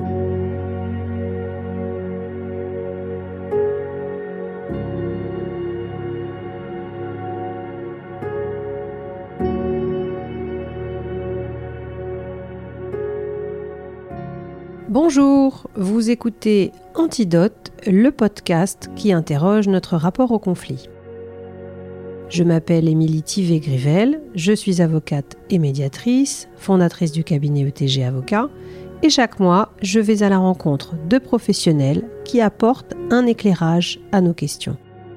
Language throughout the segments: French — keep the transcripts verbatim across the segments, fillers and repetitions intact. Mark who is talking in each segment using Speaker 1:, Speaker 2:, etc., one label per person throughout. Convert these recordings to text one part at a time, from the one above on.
Speaker 1: Bonjour, vous écoutez Antidote, le podcast qui interroge notre rapport au conflit. Je m'appelle Émilie Thivet-Grivel, je suis avocate et médiatrice, fondatrice du cabinet E T G Avocats, et chaque mois, je vais à la rencontre de professionnels qui apportent un éclairage à nos questions.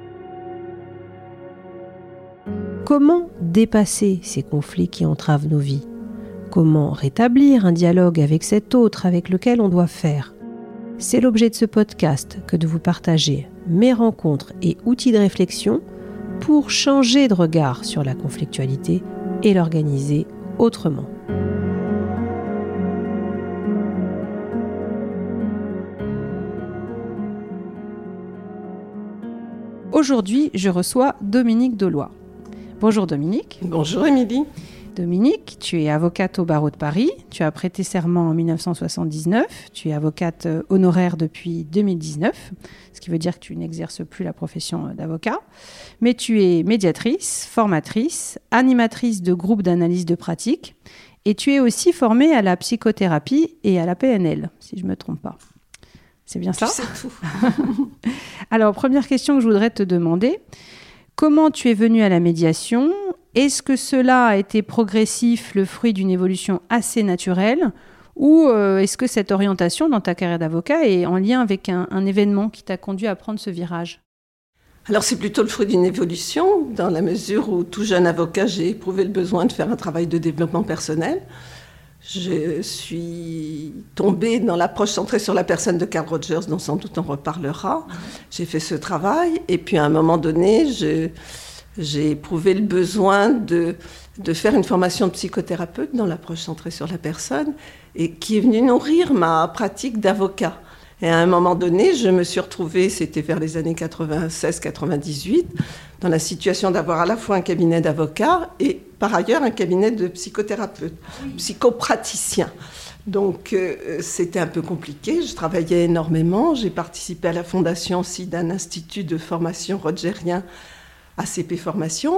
Speaker 1: Comment dépasser ces conflits qui entravent nos vies ? Comment rétablir un dialogue avec cet autre avec lequel on doit faire ? C'est l'objet de ce podcast que de vous partager mes rencontres et outils de réflexion pour changer de regard sur la conflictualité et l'organiser autrement. Aujourd'hui, je reçois Dominique Deloy. Bonjour Dominique.
Speaker 2: Bonjour Émilie.
Speaker 1: Dominique, tu es avocate au barreau de Paris, tu as prêté serment en dix-neuf cent soixante-dix-neuf, tu es avocate honoraire depuis deux mille dix-neuf, ce qui veut dire que tu n'exerces plus la profession d'avocat, mais tu es médiatrice, formatrice, animatrice de groupes d'analyse de pratique, et tu es aussi formée à la psychothérapie et à la P N L, si je ne me trompe pas. C'est bien ça ?
Speaker 2: C'est tout.
Speaker 1: Alors, première question que je voudrais te demander, comment tu es venue à la médiation ? Est-ce que cela a été progressif, le fruit d'une évolution assez naturelle, ou euh, est-ce que cette orientation dans ta carrière d'avocat est en lien avec un, un événement qui t'a conduit à prendre ce virage ?
Speaker 2: Alors c'est plutôt le fruit d'une évolution, dans la mesure où tout jeune avocat, j'ai éprouvé le besoin de faire un travail de développement personnel. Je suis tombée dans l'approche centrée sur la personne de Carl Rogers, dont sans doute on reparlera. J'ai fait ce travail, et puis à un moment donné, je... J'ai éprouvé le besoin de, de faire une formation de psychothérapeute dans l'approche centrée sur la personne et qui est venue nourrir ma pratique d'avocat. Et à un moment donné, je me suis retrouvée, c'était vers les années quatre-vingt-seize quatre-vingt-dix-huit, dans la situation d'avoir à la fois un cabinet d'avocats et par ailleurs un cabinet de psychothérapeute, psychopraticien. Donc euh, c'était un peu compliqué, je travaillais énormément, j'ai participé à la fondation aussi d'un institut de formation rogérien A C P Formation,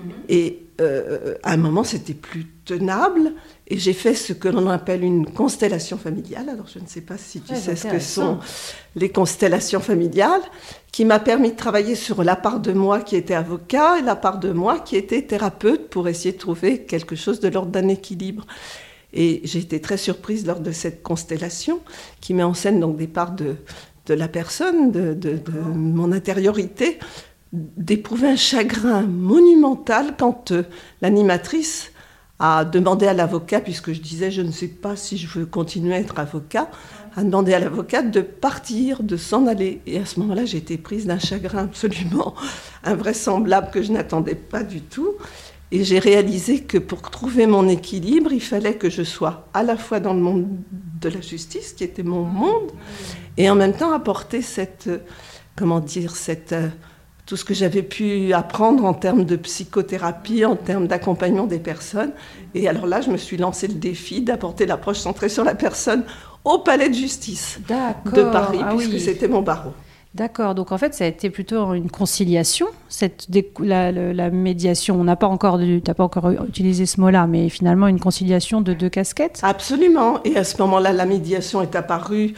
Speaker 2: et euh, à un moment c'était plus tenable, et j'ai fait ce que l'on appelle une constellation familiale. Alors je ne sais pas si tu ouais, sais ce que sont les constellations familiales, qui m'a permis de travailler sur la part de moi qui était avocat et la part de moi qui était thérapeute pour essayer de trouver quelque chose de l'ordre d'un équilibre. Et j'ai été très surprise lors de cette constellation qui met en scène donc des parts de, de la personne, de, de, de mon intériorité, d'éprouver un chagrin monumental quand euh, l'animatrice a demandé à l'avocat, puisque je disais je ne sais pas si je veux continuer à être avocat, a demandé à l'avocat de partir, de s'en aller. Et à ce moment-là, j'ai été prise d'un chagrin absolument invraisemblable que je n'attendais pas du tout. Et j'ai réalisé que pour trouver mon équilibre, il fallait que je sois à la fois dans le monde de la justice, qui était mon monde, et en même temps apporter cette, euh, comment dire, cette... Euh, tout ce que j'avais pu apprendre en termes de psychothérapie, en termes d'accompagnement des personnes. Et alors là, je me suis lancé le défi d'apporter l'approche centrée sur la personne au palais de justice
Speaker 1: D'accord.
Speaker 2: de Paris,
Speaker 1: ah,
Speaker 2: puisque
Speaker 1: oui.
Speaker 2: c'était mon barreau.
Speaker 1: D'accord, donc en fait, ça a été plutôt une conciliation, cette dé- la, la, la médiation. On n'a pas encore, tu n'as pas encore utilisé ce mot-là, mais finalement une conciliation de deux casquettes.
Speaker 2: Absolument. Et à ce moment-là, la médiation est apparue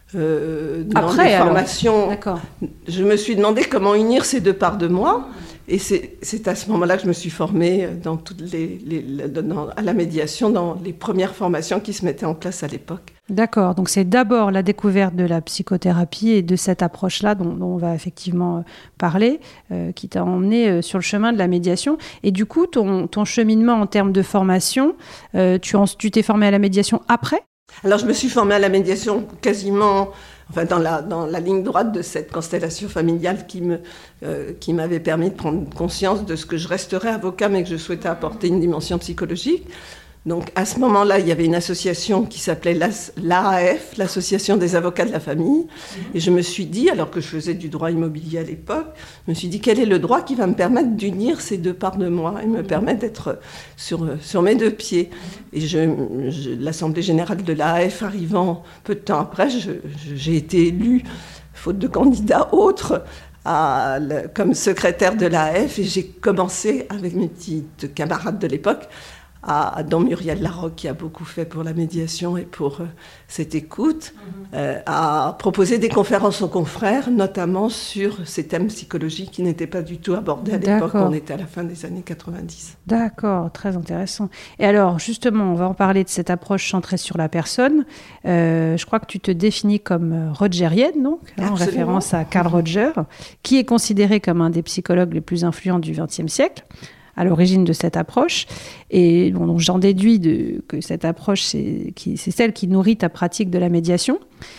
Speaker 2: Euh, dans
Speaker 1: Après,
Speaker 2: les formations.
Speaker 1: D'accord.
Speaker 2: Je me suis demandé comment unir ces deux parts de moi, et c'est, c'est à ce moment-là que je me suis formée dans toutes les, les, dans, à la médiation dans les premières formations qui se mettaient en place à l'époque.
Speaker 1: D'accord, donc c'est d'abord la découverte de la psychothérapie et de cette approche-là dont, dont on va effectivement parler, euh, qui t'a emmené sur le chemin de la médiation. Et du coup, ton, ton cheminement en termes de formation, euh, tu, en, tu t'es formée à la médiation après ?
Speaker 2: Alors, je me suis formée à la médiation quasiment, enfin, dans la, dans la ligne droite de cette constellation familiale qui, me, euh, qui m'avait permis de prendre conscience de ce que je resterais avocat, mais que je souhaitais apporter une dimension psychologique. Donc à ce moment-là, il y avait une association qui s'appelait l'A A F, l'Association des avocats de la famille. Et je me suis dit, alors que je faisais du droit immobilier à l'époque, je me suis dit, quel est le droit qui va me permettre d'unir ces deux parts de moi et me permettre d'être sur, sur mes deux pieds. Et je, je, l'Assemblée générale de l'A A F arrivant peu de temps après, je, je, j'ai été élue, faute de candidat autre, à, comme secrétaire de l'A A F. Et j'ai commencé avec mes petites camarades de l'époque, À, dont Muriel Larocque, qui a beaucoup fait pour la médiation et pour euh, cette écoute, mmh. euh, à proposer des conférences aux confrères, notamment sur ces thèmes psychologiques qui n'étaient pas du tout abordés à l'époque. D'accord. On était à la fin des années quatre-vingt-dix.
Speaker 1: D'accord, très intéressant. Et alors, justement, on va en parler de cette approche centrée sur la personne. Euh, je crois que tu te définis comme rogerienne, donc, hein, en référence à Carl Rogers, qui est considéré comme un des psychologues les plus influents du vingtième siècle. À l'origine de cette approche. Et bon, donc j'en déduis de, que cette approche, c'est, qui, c'est celle qui nourrit ta pratique de la médiation.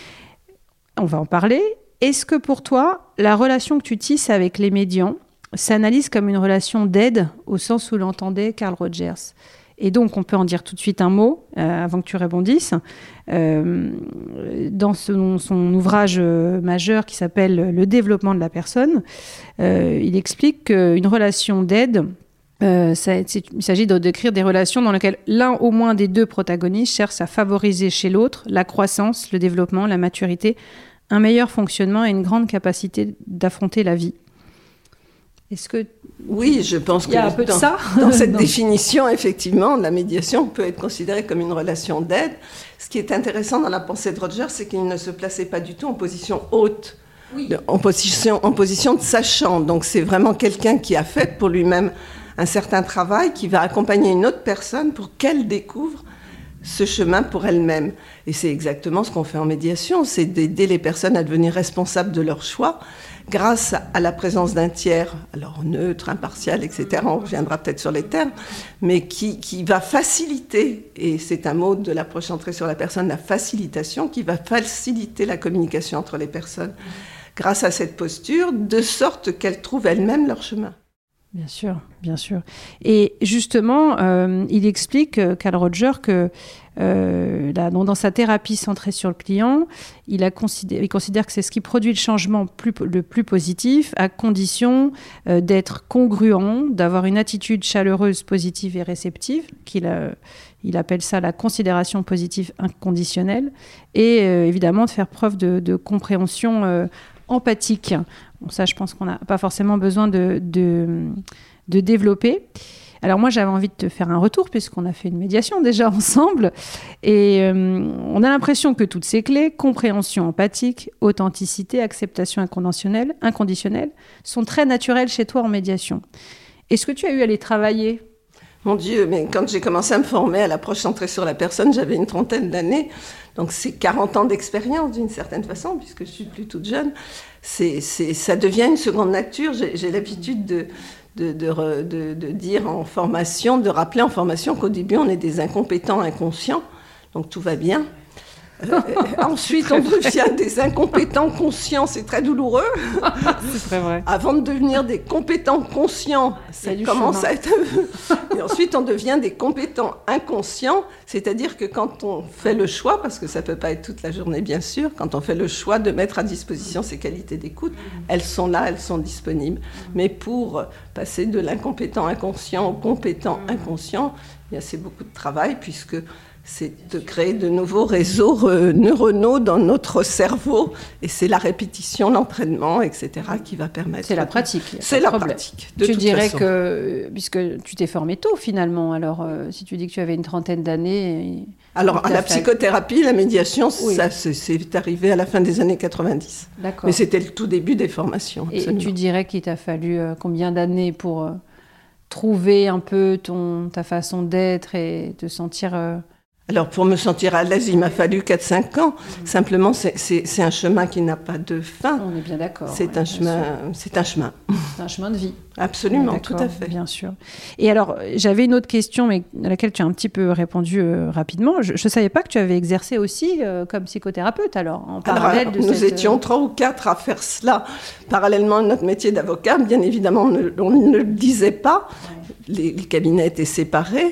Speaker 1: On va en parler. Est-ce que pour toi, la relation que tu tisses avec les médiums s'analyse comme une relation d'aide au sens où l'entendait Carl Rogers ? Et donc, on peut en dire tout de suite un mot, euh, avant que tu rébondisses. Euh, dans son, son ouvrage majeur qui s'appelle « Le développement de la personne euh, », il explique qu'une relation d'aide, Euh, ça, il s'agit de décrire des relations dans lesquelles l'un au moins des deux protagonistes cherche à favoriser chez l'autre la croissance, le développement, la maturité, un meilleur fonctionnement et une grande capacité d'affronter la vie. Est-ce que
Speaker 2: oui, je pense qu'il
Speaker 1: y a un peu
Speaker 2: dans,
Speaker 1: de ça
Speaker 2: dans cette définition, effectivement, la médiation peut être considérée comme une relation d'aide. Ce qui est intéressant dans la pensée de Rogers, c'est qu'il ne se plaçait pas du tout en position haute, oui. de, en, position, en position de sachant. Donc c'est vraiment quelqu'un qui a fait pour lui-même un certain travail, qui va accompagner une autre personne pour qu'elle découvre ce chemin pour elle-même. Et c'est exactement ce qu'on fait en médiation, c'est d'aider les personnes à devenir responsables de leurs choix grâce à la présence d'un tiers, alors neutre, impartial, et cetera. On reviendra peut-être sur les termes, mais qui, qui va faciliter, et c'est un mot de l'approche centrée sur la personne, la facilitation, qui va faciliter la communication entre les personnes grâce à cette posture, de sorte qu'elles trouvent elles-mêmes leur chemin.
Speaker 1: Bien sûr, bien sûr. Et justement, euh, il explique, Carl Rogers, que euh, là, dans sa thérapie centrée sur le client, il, a considéré, il considère que c'est ce qui produit le changement plus, le plus positif, à condition euh, d'être congruent, d'avoir une attitude chaleureuse, positive et réceptive, qu'il a, il appelle ça la considération positive inconditionnelle, et euh, évidemment de faire preuve de, de compréhension euh, empathique. Bon, ça, je pense qu'on n'a pas forcément besoin de, de, de développer. Alors moi, j'avais envie de te faire un retour, puisqu'on a fait une médiation déjà ensemble. Et euh, on a l'impression que toutes ces clés, compréhension empathique, authenticité, acceptation inconditionnelle, inconditionnelle, sont très naturelles chez toi en médiation. Est-ce que tu as eu à les travailler ?
Speaker 2: Mon Dieu, mais quand j'ai commencé à me former à l'approche centrée sur la personne, j'avais une trentaine d'années. Donc c'est quarante ans d'expérience d'une certaine façon, puisque je suis plus toute jeune. C'est, c'est, ça devient une seconde nature. J'ai, j'ai l'habitude de, de, de, de, de dire en formation, de rappeler en formation qu'au début on est des incompétents inconscients, donc tout va bien. Euh, ensuite, on devient des incompétents conscients, c'est très douloureux.
Speaker 1: C'est très vrai.
Speaker 2: Avant de devenir des compétents conscients, ça commence chemin. à être... Et ensuite, on devient des compétents inconscients, c'est-à-dire que quand on fait le choix, parce que ça ne peut pas être toute la journée, bien sûr, quand on fait le choix de mettre à disposition ces qualités d'écoute, elles sont là, elles sont disponibles. Mais pour passer de l'incompétent inconscient au compétent inconscient, eh bien, c'est beaucoup de travail, puisque... c'est de créer de nouveaux réseaux euh, neuronaux dans notre cerveau. Et c'est la répétition, l'entraînement, et cetera qui va permettre...
Speaker 1: C'est la pratique.
Speaker 2: C'est la problème. pratique, de
Speaker 1: Tu
Speaker 2: toute
Speaker 1: dirais
Speaker 2: façon.
Speaker 1: que, puisque tu t'es formé tôt finalement, alors euh, si tu dis que tu avais une trentaine d'années...
Speaker 2: Alors, à la fait... psychothérapie, la médiation, oui. ça c'est, c'est arrivé à la fin des années quatre-vingt-dix.
Speaker 1: D'accord.
Speaker 2: Mais c'était le tout début des formations.
Speaker 1: Et
Speaker 2: absolument.
Speaker 1: Tu dirais qu'il t'a fallu euh, combien d'années pour euh, trouver un peu ton, ta façon d'être et te sentir... Euh...
Speaker 2: Alors, pour me sentir à l'aise, il m'a fallu quatre à cinq ans. Mmh. Simplement, c'est, c'est, c'est un chemin qui n'a pas de fin.
Speaker 1: On est bien d'accord.
Speaker 2: C'est,
Speaker 1: ouais,
Speaker 2: un, chemin, c'est un chemin.
Speaker 1: C'est un chemin de vie.
Speaker 2: Absolument, tout à fait.
Speaker 1: Bien sûr. Et alors, j'avais une autre question, mais à laquelle tu as un petit peu répondu euh, rapidement. Je ne savais pas que tu avais exercé aussi euh, comme psychothérapeute, alors, en parallèle
Speaker 2: alors,
Speaker 1: de
Speaker 2: nous
Speaker 1: cette...
Speaker 2: étions trois ou quatre à faire cela. Parallèlement à notre métier d'avocat, bien évidemment, on ne, on ne le disait pas. Ouais. Les, les cabinets étaient séparés.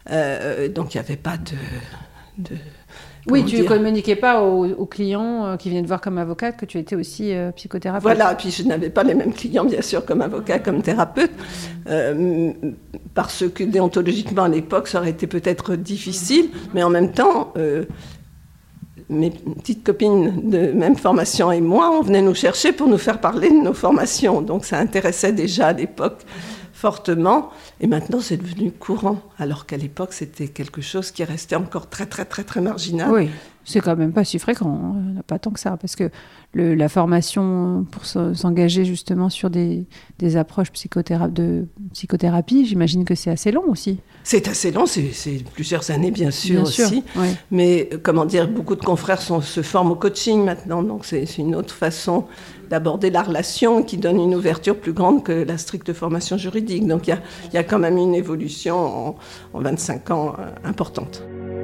Speaker 2: Euh, donc il n'y avait pas de... de
Speaker 1: oui, tu ne
Speaker 2: dire...
Speaker 1: communiquais pas aux, aux clients euh, qui venaient te voir comme avocate que tu étais aussi euh, psychothérapeute.
Speaker 2: Voilà, puis je n'avais pas les mêmes clients, bien sûr, comme avocat, comme thérapeute, euh, parce que déontologiquement, à l'époque, ça aurait été peut-être difficile, mais en même temps, euh, mes petites copines de même formation et moi, on venait nous chercher pour nous faire parler de nos formations. Donc ça intéressait déjà à l'époque fortement, et maintenant c'est devenu courant, alors qu'à l'époque c'était quelque chose qui restait encore très très très très marginal.
Speaker 1: Oui, c'est quand même pas si fréquent, hein. Pas tant que ça, parce que le, la formation pour s'engager justement sur des, des approches psychothéra- de psychothérapie, j'imagine que c'est assez long aussi.
Speaker 2: C'est assez long, c'est, c'est plusieurs années bien sûr
Speaker 1: bien
Speaker 2: aussi,
Speaker 1: sûr, ouais.
Speaker 2: Mais comment dire, beaucoup de confrères sont, se forment au coaching maintenant, donc c'est, c'est une autre façon d'aborder la relation qui donne une ouverture plus grande que la stricte formation juridique. Donc il y a, y a quand même une évolution en, en vingt-cinq ans euh, importante.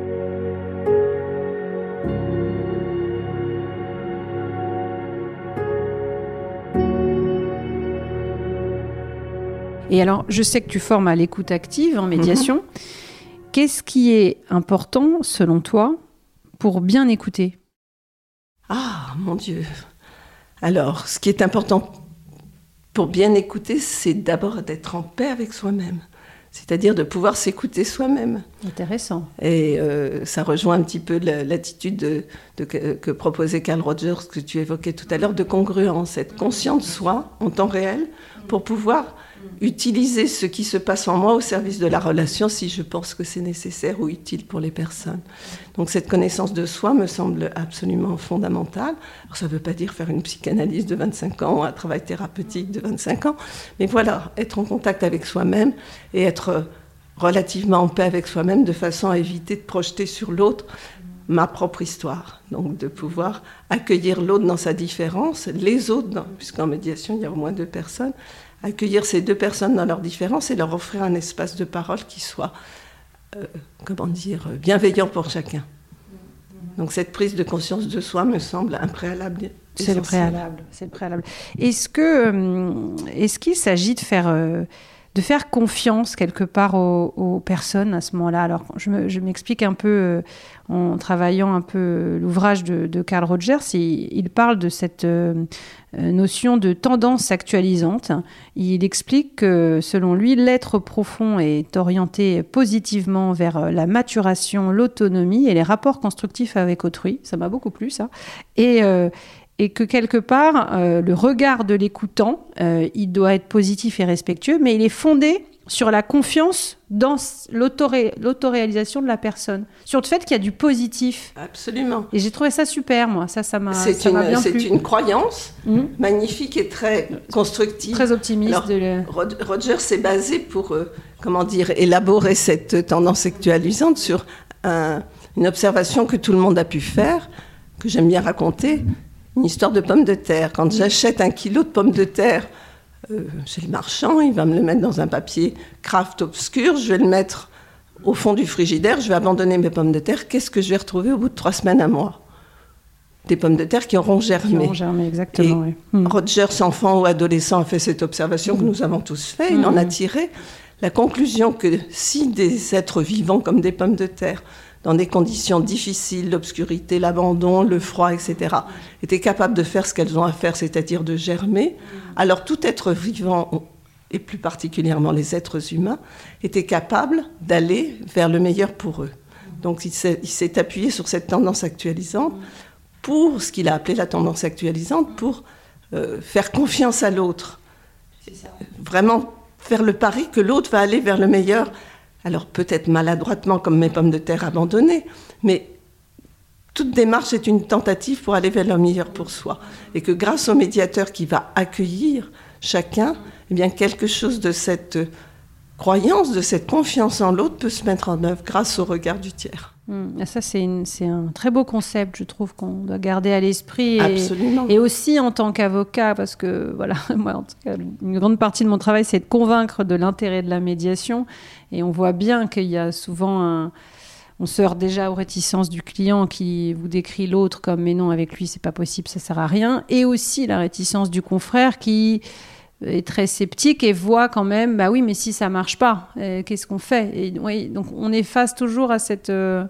Speaker 1: Et alors, je sais que tu formes à l'écoute active en médiation. Mmh. Qu'est-ce qui est important, selon toi, pour bien écouter ?
Speaker 2: Ah, mon Dieu. Alors, ce qui est important pour bien écouter, c'est d'abord d'être en paix avec soi-même. C'est-à-dire de pouvoir s'écouter soi-même.
Speaker 1: Intéressant.
Speaker 2: Et euh, ça rejoint un petit peu l'attitude de, de, que, que proposait Carl Rogers, que tu évoquais tout à l'heure, de congruence, être conscient de soi en temps réel pour pouvoir utiliser ce qui se passe en moi au service de la relation si je pense que c'est nécessaire ou utile pour les personnes. Donc cette connaissance de soi me semble absolument fondamentale. Alors ça ne veut pas dire faire une psychanalyse de vingt-cinq ans, un travail thérapeutique de vingt-cinq ans, mais voilà, être en contact avec soi-même et être relativement en paix avec soi-même de façon à éviter de projeter sur l'autre ma propre histoire. Donc de pouvoir accueillir l'autre dans sa différence, les autres, dans, puisqu'en médiation il y a au moins deux personnes, accueillir ces deux personnes dans leur différence et leur offrir un espace de parole qui soit, euh, comment dire, bienveillant pour chacun. Donc cette prise de conscience de soi me semble un préalable.
Speaker 1: C'est le préalable, c'est le préalable. Est-ce que, euh, est-ce qu'il s'agit de faire, euh, de faire confiance quelque part aux, aux personnes à ce moment-là ? Alors je, me, je m'explique un peu euh, en travaillant un peu l'ouvrage de, de Carl Rogers. Il, il parle de cette euh, notion de tendance actualisante. Il explique que, selon lui, l'être profond est orienté positivement vers la maturation, l'autonomie et les rapports constructifs avec autrui. Ça m'a beaucoup plu, ça. Et, euh, et que, quelque part, euh, le regard de l'écoutant, euh, il doit être positif et respectueux, mais il est fondé sur la confiance dans l'autoré- l'autoréalisation de la personne, sur le fait qu'il y a du positif.
Speaker 2: Absolument.
Speaker 1: Et j'ai trouvé ça super, moi. Ça, ça m'a,
Speaker 2: c'est
Speaker 1: ça
Speaker 2: une,
Speaker 1: m'a bien
Speaker 2: c'est
Speaker 1: plu.
Speaker 2: C'est une croyance mmh. magnifique et très constructive.
Speaker 1: Très optimiste.
Speaker 2: Alors,
Speaker 1: de le...
Speaker 2: Roger s'est basé pour, euh, comment dire, élaborer cette tendance actualisante sur un, une observation que tout le monde a pu faire, que j'aime bien raconter, une histoire de pommes de terre. Quand j'achète un kilo de pommes de terre Euh, chez le marchand, il va me le mettre dans un papier craft obscur, je vais le mettre au fond du frigidaire, je vais abandonner mes pommes de terre. Qu'est-ce que je vais retrouver au bout de trois semaines, un mois ? Des pommes de terre qui auront germé.
Speaker 1: Qui auront germé, exactement.
Speaker 2: Et
Speaker 1: oui.
Speaker 2: Rogers, enfant ou adolescent, a fait cette observation mmh. que nous avons tous fait. Il mmh. en a tiré la conclusion que si des êtres vivants comme des pommes de terre, dans des conditions difficiles, l'obscurité, l'abandon, le froid, et cetera, étaient capables de faire ce qu'elles ont à faire, c'est-à-dire de germer, alors tout être vivant, et plus particulièrement les êtres humains, étaient capables d'aller vers le meilleur pour eux. Donc il s'est, il s'est appuyé sur cette tendance actualisante pour ce qu'il a appelé la tendance actualisante, pour euh, faire confiance à l'autre. C'est ça. Vraiment faire le pari que l'autre va aller vers le meilleur. Alors peut-être maladroitement comme mes pommes de terre abandonnées, mais toute démarche est une tentative pour aller vers le meilleur pour soi. Et que grâce au médiateur qui va accueillir chacun, eh bien quelque chose de cette croyance, de cette confiance en l'autre peut se mettre en œuvre grâce au regard du tiers.
Speaker 1: Mmh. Ça, c'est, une, c'est un très beau concept, je trouve, qu'on doit garder à l'esprit. Et,
Speaker 2: Absolument.
Speaker 1: Et aussi en tant qu'avocat, parce que, voilà, moi, en tout cas, une grande partie de mon travail, c'est de convaincre de l'intérêt de la médiation. Et on voit bien qu'il y a souvent un... On se heurte déjà aux réticences du client qui vous décrit l'autre comme « mais non, avec lui, c'est pas possible, ça sert à rien ». Et aussi la réticence du confrère qui est très sceptique et voit quand même, bah oui, mais si ça marche pas, euh, qu'est-ce qu'on fait? Et oui, donc on est face toujours à cette, euh,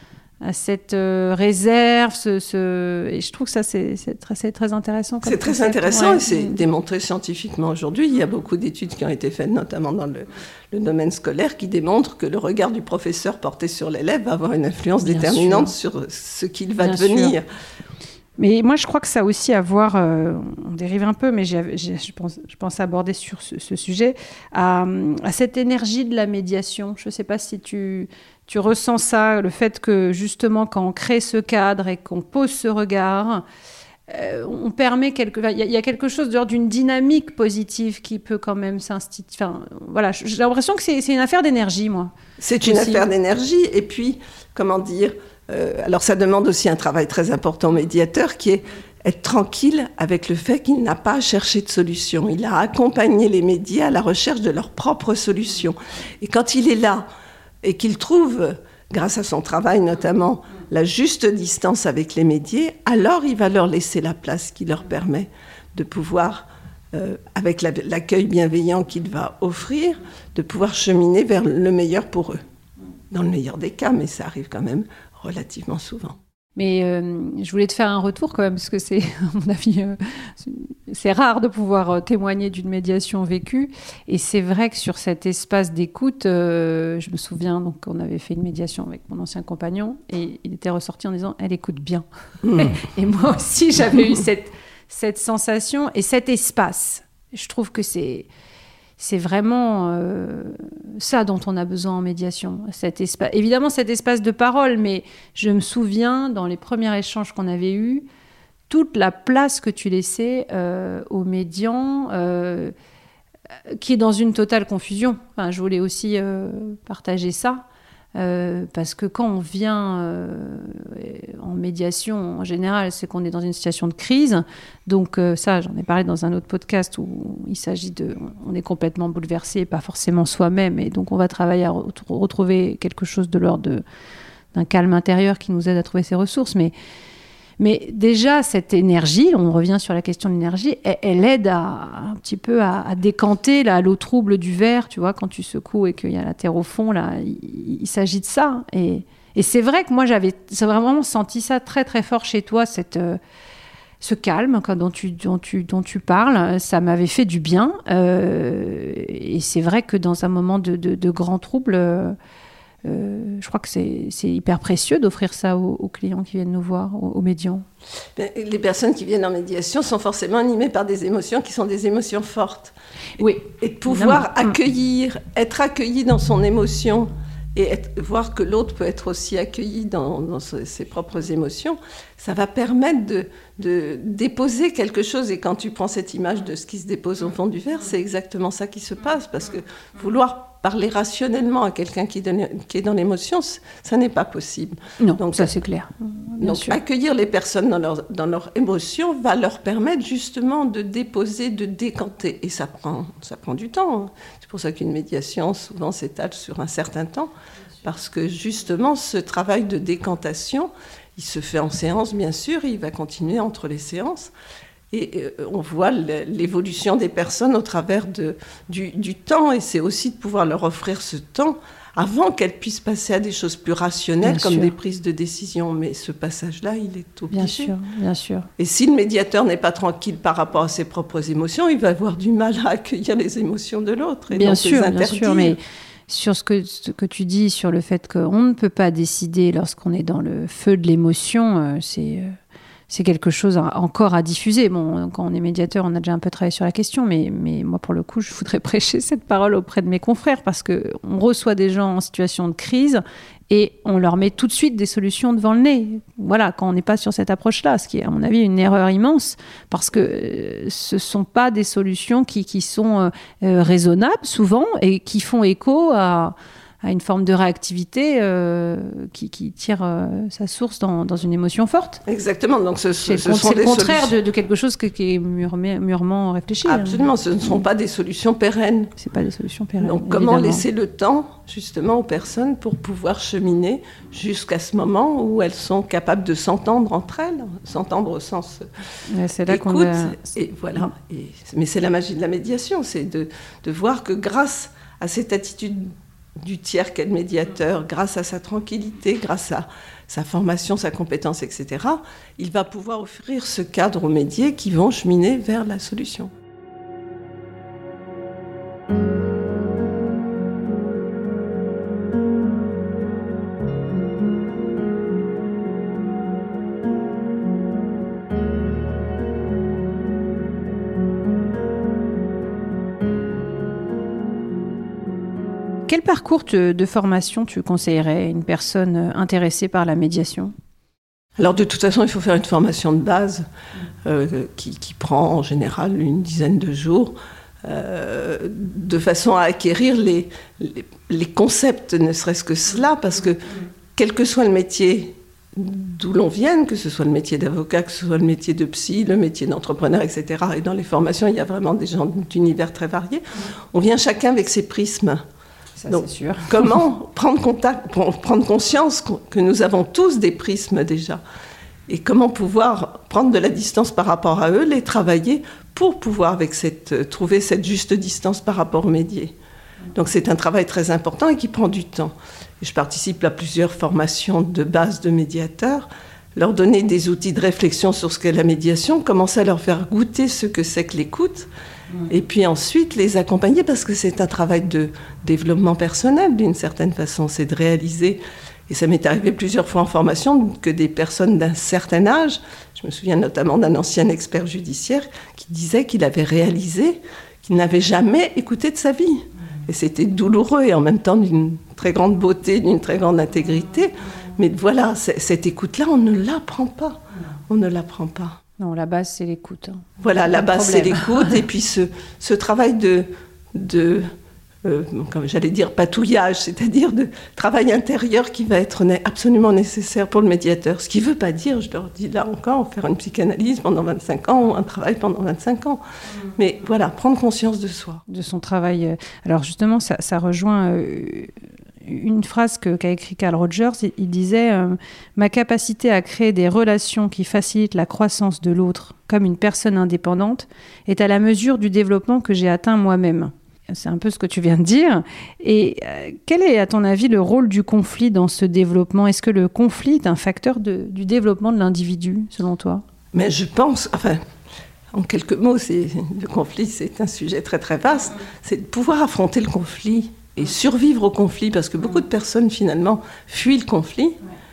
Speaker 1: à cette euh, réserve, ce, ce... et je trouve que ça c'est, c'est, très, c'est très intéressant.
Speaker 2: C'est très
Speaker 1: concept.
Speaker 2: intéressant
Speaker 1: ouais.
Speaker 2: et c'est démontré scientifiquement aujourd'hui. Il y a beaucoup d'études qui ont été faites, notamment dans le, le domaine scolaire, qui démontrent que le regard du professeur porté sur l'élève va avoir une influence Bien déterminante sûr. sur ce qu'il va Bien devenir. Sûr.
Speaker 1: Mais moi, je crois que ça a aussi à voir, euh, on dérive un peu, mais j'ai, j'ai, je, pense, je pense aborder sur ce, ce sujet, à, à cette énergie de la médiation. Je ne sais pas si tu, tu ressens ça, le fait que justement, quand on crée ce cadre et qu'on pose ce regard, euh, on permet quelque, il y, y a quelque chose de, d'une dynamique positive qui peut quand même s'instituer. Enfin, voilà, j'ai l'impression que c'est, c'est une affaire d'énergie, moi.
Speaker 2: C'est aussi. Une affaire d'énergie, et puis, comment dire... Euh, alors ça demande aussi un travail très important au médiateur qui est être tranquille avec le fait qu'il n'a pas à chercher de solution. Il a accompagné les médias à la recherche de leurs propres solutions. Et quand il est là et qu'il trouve, grâce à son travail notamment, la juste distance avec les médias, alors il va leur laisser la place qui leur permet de pouvoir, euh, avec la, l'accueil bienveillant qu'il va offrir, de pouvoir cheminer vers le meilleur pour eux. Dans le meilleur des cas, mais ça arrive quand même relativement souvent.
Speaker 1: Mais euh, je voulais te faire un retour quand même, parce que c'est, à mon avis, euh, c'est rare de pouvoir euh, témoigner d'une médiation vécue. Et c'est vrai que sur cet espace d'écoute, euh, je me souviens, donc, on avait fait une médiation avec mon ancien compagnon, et il était ressorti en disant « elle écoute bien mmh. ». Et moi aussi, j'avais eu cette, cette sensation et cet espace. Je trouve que c'est... C'est vraiment euh, ça dont on a besoin en médiation. Cet espace, évidemment, cet espace de parole, mais je me souviens, dans les premiers échanges qu'on avait eus, toute la place que tu laissais euh, aux médians, euh, qui est dans une totale confusion. Enfin, je voulais aussi euh, partager ça. Euh, parce que quand on vient euh, en médiation, en général, c'est qu'on est dans une situation de crise. Donc euh, ça, j'en ai parlé dans un autre podcast où il s'agit de... On est complètement bouleversé, pas forcément soi-même. Et donc on va travailler à re- retrouver quelque chose de l'ordre de, d'un calme intérieur qui nous aide à trouver ses ressources. Mais, mais déjà, cette énergie, on revient sur la question de l'énergie, elle, elle aide à, un petit peu à, à décanter là, l'eau trouble du verre, tu vois, quand tu secoues et qu'il y a la terre au fond, là, il, il s'agit de ça. Et, et c'est vrai que moi, j'avais vraiment senti ça très, très fort chez toi, cette, euh, ce calme quoi, dont, tu, dont, tu, dont tu parles. Ça m'avait fait du bien. Euh, et c'est vrai que dans un moment de, de, de grand trouble... Euh, Euh, je crois que c'est, c'est hyper précieux d'offrir ça aux, aux clients qui viennent nous voir, aux, aux médians.
Speaker 2: Les personnes qui viennent en médiation sont forcément animées par des émotions qui sont des émotions fortes.
Speaker 1: Oui.
Speaker 2: Et de pouvoir non, accueillir, être accueilli dans son émotion et être, voir que l'autre peut être aussi accueilli dans, dans ses propres émotions, ça va permettre de, de déposer quelque chose. Et quand tu prends cette image de ce qui se dépose au fond du verre, c'est exactement ça qui se passe. Parce que vouloir parler rationnellement à quelqu'un qui, donne, qui est dans l'émotion, ça n'est pas possible.
Speaker 1: Non, donc, ça c'est clair.
Speaker 2: Bien donc sûr. Accueillir les personnes dans leur, dans leur émotion va leur permettre justement de déposer, de décanter. Et ça prend, ça prend du temps. C'est pour ça qu'une médiation souvent s'étale sur un certain temps. Parce que justement, ce travail de décantation, il se fait en séance, bien sûr, et il va continuer entre les séances. Et on voit l'évolution des personnes au travers de, du, du temps, et c'est aussi de pouvoir leur offrir ce temps avant qu'elles puissent passer à des choses plus rationnelles, bien comme sûr. Des prises de décision. Mais ce passage-là, il est obligé.
Speaker 1: Bien sûr, bien sûr.
Speaker 2: Et si le médiateur n'est pas tranquille par rapport à ses propres émotions, il va avoir du mal à accueillir les émotions de l'autre et
Speaker 1: bien
Speaker 2: donc
Speaker 1: sûr,
Speaker 2: les interdire.
Speaker 1: Bien sûr, mais sur ce que, ce que tu dis, sur le fait qu'on ne peut pas décider lorsqu'on est dans le feu de l'émotion, euh, c'est... Euh... c'est quelque chose encore à diffuser. Bon, quand on est médiateur, on a déjà un peu travaillé sur la question, mais, mais moi, pour le coup, je voudrais prêcher cette parole auprès de mes confrères parce qu'on reçoit des gens en situation de crise et on leur met tout de suite des solutions devant le nez. Voilà, quand on n'est pas sur cette approche-là, ce qui est, à mon avis, une erreur immense parce que euh, ce ne sont pas des solutions qui, qui sont euh, raisonnables, souvent, et qui font écho à... à une forme de réactivité euh, qui, qui tire euh, sa source dans, dans une émotion forte.
Speaker 2: Exactement. Donc ce, ce,
Speaker 1: c'est
Speaker 2: ce
Speaker 1: le,
Speaker 2: sont
Speaker 1: c'est
Speaker 2: des
Speaker 1: le contraire
Speaker 2: solutions...
Speaker 1: de, de quelque chose que, qui est mûrement, mûrement réfléchi.
Speaker 2: Absolument.
Speaker 1: Hein.
Speaker 2: Ce ne sont pas des solutions pérennes.
Speaker 1: C'est pas des solutions pérennes.
Speaker 2: Donc comment
Speaker 1: évidemment.
Speaker 2: laisser le temps justement aux personnes pour pouvoir cheminer jusqu'à ce moment où elles sont capables de s'entendre entre elles, s'entendre au sens
Speaker 1: ouais, c'est là
Speaker 2: écoute.
Speaker 1: Qu'on a...
Speaker 2: Et voilà. Et, mais c'est la magie de la médiation, c'est de, de voir que grâce à cette attitude du tiers qu'est le médiateur, grâce à sa tranquillité, grâce à sa formation, sa compétence, et cetera, il va pouvoir offrir ce cadre aux médiés qui vont cheminer vers la solution.
Speaker 1: Quel parcours te, de formation tu conseillerais à une personne intéressée par la médiation ?
Speaker 2: Alors de toute façon, il faut faire une formation de base euh, qui, qui prend en général une dizaine de jours, euh, de façon à acquérir les, les, les concepts, ne serait-ce que cela, parce que quel que soit le métier d'où l'on vienne, que ce soit le métier d'avocat, que ce soit le métier de psy, le métier d'entrepreneur, et cetera. Et dans les formations, il y a vraiment des gens d'univers très variés. On vient chacun avec ses prismes.
Speaker 1: Ça,
Speaker 2: donc,
Speaker 1: c'est sûr.
Speaker 2: comment prendre contact, prendre conscience que nous avons tous des prismes déjà, et comment pouvoir prendre de la distance par rapport à eux, les travailler pour pouvoir avec cette, trouver cette juste distance par rapport aux médiés. Donc c'est un travail très important et qui prend du temps. Et je participe à plusieurs formations de base de médiateurs, leur donner des outils de réflexion sur ce qu'est la médiation, commencer à leur faire goûter ce que c'est que l'écoute, et puis ensuite les accompagner, parce que c'est un travail de développement personnel d'une certaine façon, c'est de réaliser, et ça m'est arrivé plusieurs fois en formation, que des personnes d'un certain âge, je me souviens notamment d'un ancien expert judiciaire qui disait qu'il avait réalisé qu'il n'avait jamais écouté de sa vie. Et c'était douloureux et en même temps d'une très grande beauté, d'une très grande intégrité. Mais voilà, cette écoute-là, on ne l'apprend pas. On ne l'apprend pas.
Speaker 1: Non, la base, c'est l'écoute. Hein.
Speaker 2: Voilà, la base, c'est l'écoute. Et puis ce, ce travail de, de euh, comme j'allais dire, patouillage, c'est-à-dire de travail intérieur qui va être absolument nécessaire pour le médiateur. Ce qui ne veut pas dire, je leur dis là encore, faire une psychanalyse pendant vingt-cinq ans ou un travail pendant vingt-cinq ans. Mais voilà, prendre conscience de soi.
Speaker 1: De son travail. Alors justement, ça, ça rejoint... Euh, une phrase que, qu'a écrit Carl Rogers, il, il disait euh, « Ma capacité à créer des relations qui facilitent la croissance de l'autre comme une personne indépendante est à la mesure du développement que j'ai atteint moi-même. » C'est un peu ce que tu viens de dire. Et euh, quel est, à ton avis, le rôle du conflit dans ce développement ? Est-ce que le conflit est un facteur de, du développement de l'individu, selon toi ?
Speaker 2: Mais je pense... Enfin, en quelques mots, c'est, le conflit, c'est un sujet très très vaste. C'est de pouvoir affronter le conflit et survivre au conflit, parce que beaucoup de personnes, finalement, fuient le conflit,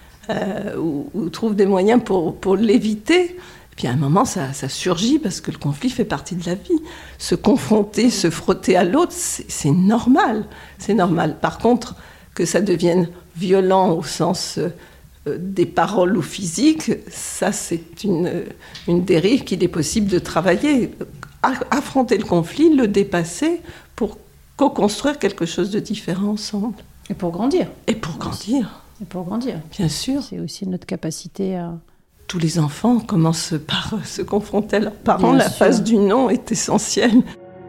Speaker 2: euh, ou, ou trouvent des moyens pour, pour l'éviter. Et puis à un moment, ça, ça surgit, parce que le conflit fait partie de la vie. Se confronter, se frotter à l'autre, c'est, c'est normal. C'est normal. Par contre, que ça devienne violent au sens euh, des paroles ou physiques, ça, c'est une, une dérive qu'il est possible de travailler. Affronter le conflit, le dépasser, pour co-construire quelque chose de différent ensemble.
Speaker 1: Et pour grandir.
Speaker 2: Et pour grandir.
Speaker 1: Et pour grandir.
Speaker 2: Bien sûr.
Speaker 1: C'est aussi notre capacité à...
Speaker 2: Tous les enfants commencent par se confronter à leurs parents.
Speaker 1: Bien
Speaker 2: La
Speaker 1: sûr.
Speaker 2: phase du non est essentielle.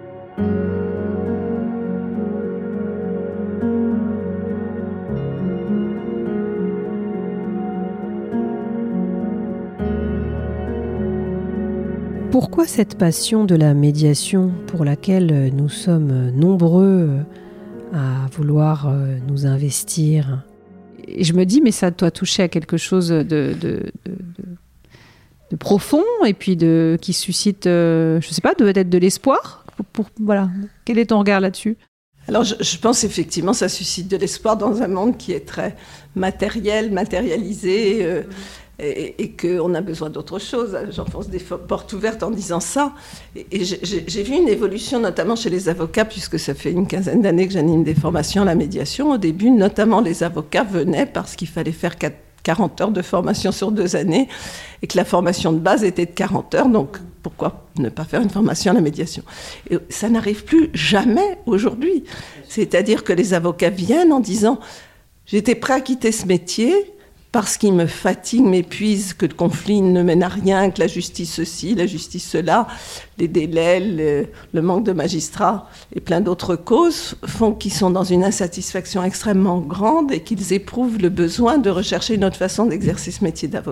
Speaker 3: Pourquoi cette passion de la médiation pour laquelle nous sommes nombreux à vouloir nous investir ?
Speaker 1: Et je me dis, mais ça doit toucher à quelque chose de, de, de, de, de profond, et puis de, qui suscite, euh, je ne sais pas, peut-être de l'espoir pour, pour, voilà. Quel est ton regard là-dessus ?
Speaker 2: Alors, je, je pense effectivement ça suscite de l'espoir dans un monde qui est très matériel, matérialisé, euh, et, et qu'on a besoin d'autre chose. J'enfonce des portes ouvertes en disant ça. Et, et j'ai, j'ai vu une évolution, notamment chez les avocats, puisque ça fait une quinzaine d'années que j'anime des formations à la médiation. Au début, notamment, les avocats venaient parce qu'il fallait faire quarante heures de formation sur deux années, et que la formation de base était de quarante heures. Donc, pourquoi ne pas faire une formation à la médiation ? Et ça n'arrive plus jamais aujourd'hui. C'est-à-dire que les avocats viennent en disant « j'étais prêt à quitter ce métier parce qu'il me fatigue, m'épuise, que le conflit ne mène à rien, que la justice ceci, la justice cela, les délais, le, le manque de magistrats et plein d'autres causes font qu'ils sont dans une insatisfaction extrêmement grande et qu'ils éprouvent le besoin de rechercher une autre façon d'exercer ce métier d'avocat. »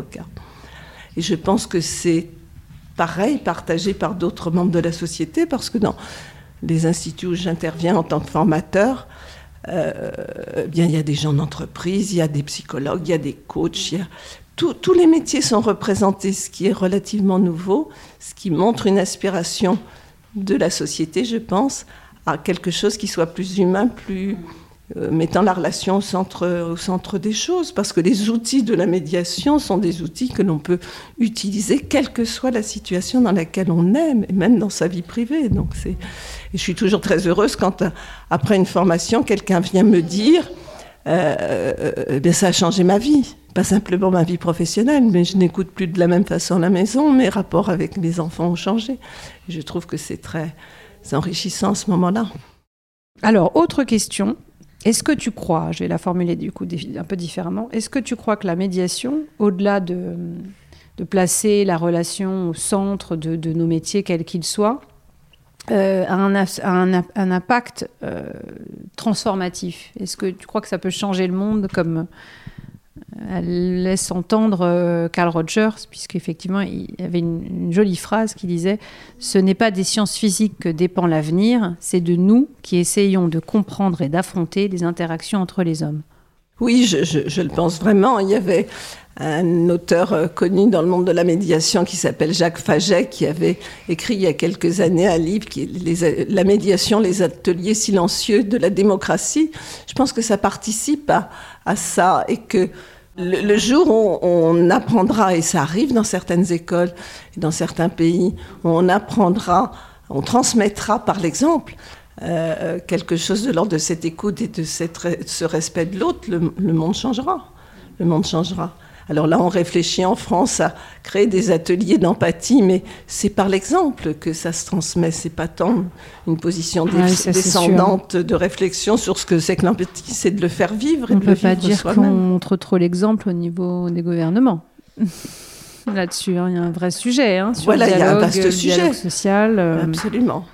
Speaker 2: Et je pense que c'est pareil, partagé par d'autres membres de la société, parce que dans les instituts où j'interviens en tant que formateur, euh, bien, il y a des gens d'entreprise, il y a des psychologues, il y a des coachs, il y a... Tout, tous les métiers sont représentés, ce qui est relativement nouveau, ce qui montre une aspiration de la société, je pense, à quelque chose qui soit plus humain, plus euh, mettant la relation au centre, au centre des choses, parce que les outils de la médiation sont des outils que l'on peut utiliser, quelle que soit la situation dans laquelle on est, et même dans sa vie privée. Donc c'est... Et je suis toujours très heureuse quand, après une formation, quelqu'un vient me dire euh, euh, bien, ça a changé ma vie. Pas simplement ma vie professionnelle, mais je n'écoute plus de la même façon à la maison. Mes rapports avec mes enfants ont changé. Et je trouve que c'est très enrichissant à ce moment-là.
Speaker 1: Alors, autre question. Est-ce que tu crois, je vais la formuler du coup un peu différemment, est-ce que tu crois que la médiation, au-delà de, de placer la relation au centre de, de nos métiers, quels qu'ils soient, Euh, a un, un, un impact euh, transformatif? Est-ce que tu crois que ça peut changer le monde, comme euh, elle laisse entendre euh, Carl Rogers, puisqu'effectivement il y avait une, une jolie phrase qui disait « Ce n'est pas des sciences physiques que dépend l'avenir, c'est de nous qui essayons de comprendre et d'affronter les interactions entre les hommes. »
Speaker 2: Oui, je, je, je le pense vraiment. Il y avait un auteur connu dans le monde de la médiation qui s'appelle Jacques Faget, qui avait écrit il y a quelques années un livre qui est les, La médiation, les ateliers silencieux de la démocratie. Je pense que ça participe à, à ça, et que le, le jour où on apprendra, et ça arrive dans certaines écoles et dans certains pays, où on apprendra, on transmettra par l'exemple euh, quelque chose de l'ordre de cette écoute et de cette, ce respect de l'autre, le, le monde changera. Le monde changera. Alors là, on réfléchit en France à créer des ateliers d'empathie, mais c'est par l'exemple que ça se transmet. C'est pas tant une position
Speaker 1: ah oui, ça,
Speaker 2: descendante de réflexion sur ce que c'est que l'empathie, c'est de le faire vivre et
Speaker 1: on
Speaker 2: de
Speaker 1: le
Speaker 2: vivre
Speaker 1: soi-même. On ne peut pas dire
Speaker 2: soi-même.
Speaker 1: qu'on montre trop l'exemple au niveau des gouvernements. Là-dessus, hein, il y a un vrai sujet hein, sur
Speaker 2: voilà,
Speaker 1: le dialogue,
Speaker 2: il y a un vaste
Speaker 1: le
Speaker 2: sujet.
Speaker 1: dialogue social. Euh...
Speaker 2: Absolument.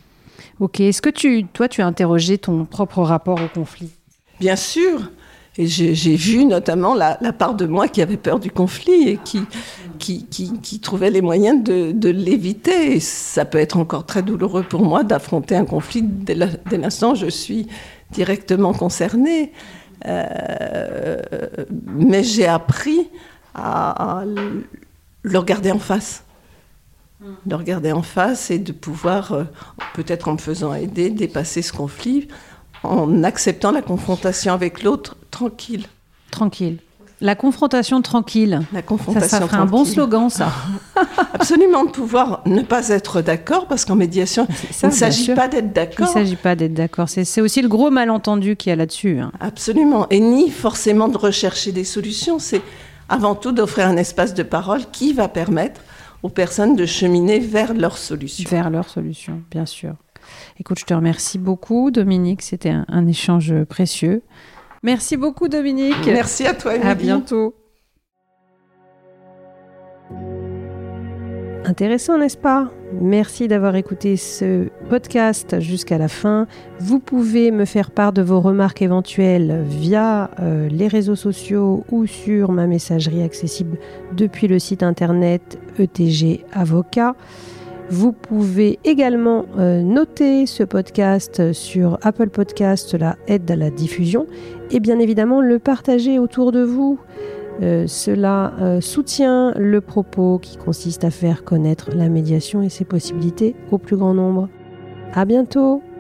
Speaker 1: Ok, est-ce que tu, toi, tu as interrogé ton propre rapport au conflit ?
Speaker 2: Bien sûr. Et j'ai, j'ai vu notamment la, la part de moi qui avait peur du conflit et qui, qui, qui, qui trouvait les moyens de, de l'éviter. Et ça peut être encore très douloureux pour moi d'affronter un conflit dès, la, dès l'instant où je suis directement concernée. Euh, mais j'ai appris à, à le regarder en face. Le regarder en face et de pouvoir, peut-être en me faisant aider, dépasser ce conflit en acceptant la confrontation avec l'autre tranquille.
Speaker 1: Tranquille. La confrontation tranquille.
Speaker 2: La confrontation
Speaker 1: ça, ça ferait
Speaker 2: tranquille.
Speaker 1: un bon slogan, ça.
Speaker 2: Absolument, de pouvoir ne pas être d'accord, parce qu'en médiation, ça, il ne s'agit
Speaker 1: sûr.
Speaker 2: pas d'être d'accord.
Speaker 1: Il ne s'agit pas d'être d'accord. C'est, c'est aussi le gros malentendu qu'il y a là-dessus. Hein.
Speaker 2: Absolument. Et ni forcément de rechercher des solutions. C'est avant tout d'offrir un espace de parole qui va permettre aux personnes de cheminer vers leurs solutions.
Speaker 1: Vers leurs solutions, bien sûr. Écoute, je te remercie beaucoup, Dominique. C'était un, un échange précieux. Merci beaucoup, Dominique.
Speaker 2: Merci à toi, Émilie.
Speaker 1: À bientôt.
Speaker 3: Intéressant, n'est-ce pas ? Merci d'avoir écouté ce podcast jusqu'à la fin. Vous pouvez me faire part de vos remarques éventuelles via euh, les réseaux sociaux ou sur ma messagerie accessible depuis le site internet E T G Avocat. Vous pouvez également euh, noter ce podcast sur Apple Podcast, cela aide à la diffusion, et bien évidemment le partager autour de vous. Euh, cela euh, soutient le propos qui consiste à faire connaître la médiation et ses possibilités au plus grand nombre. À bientôt!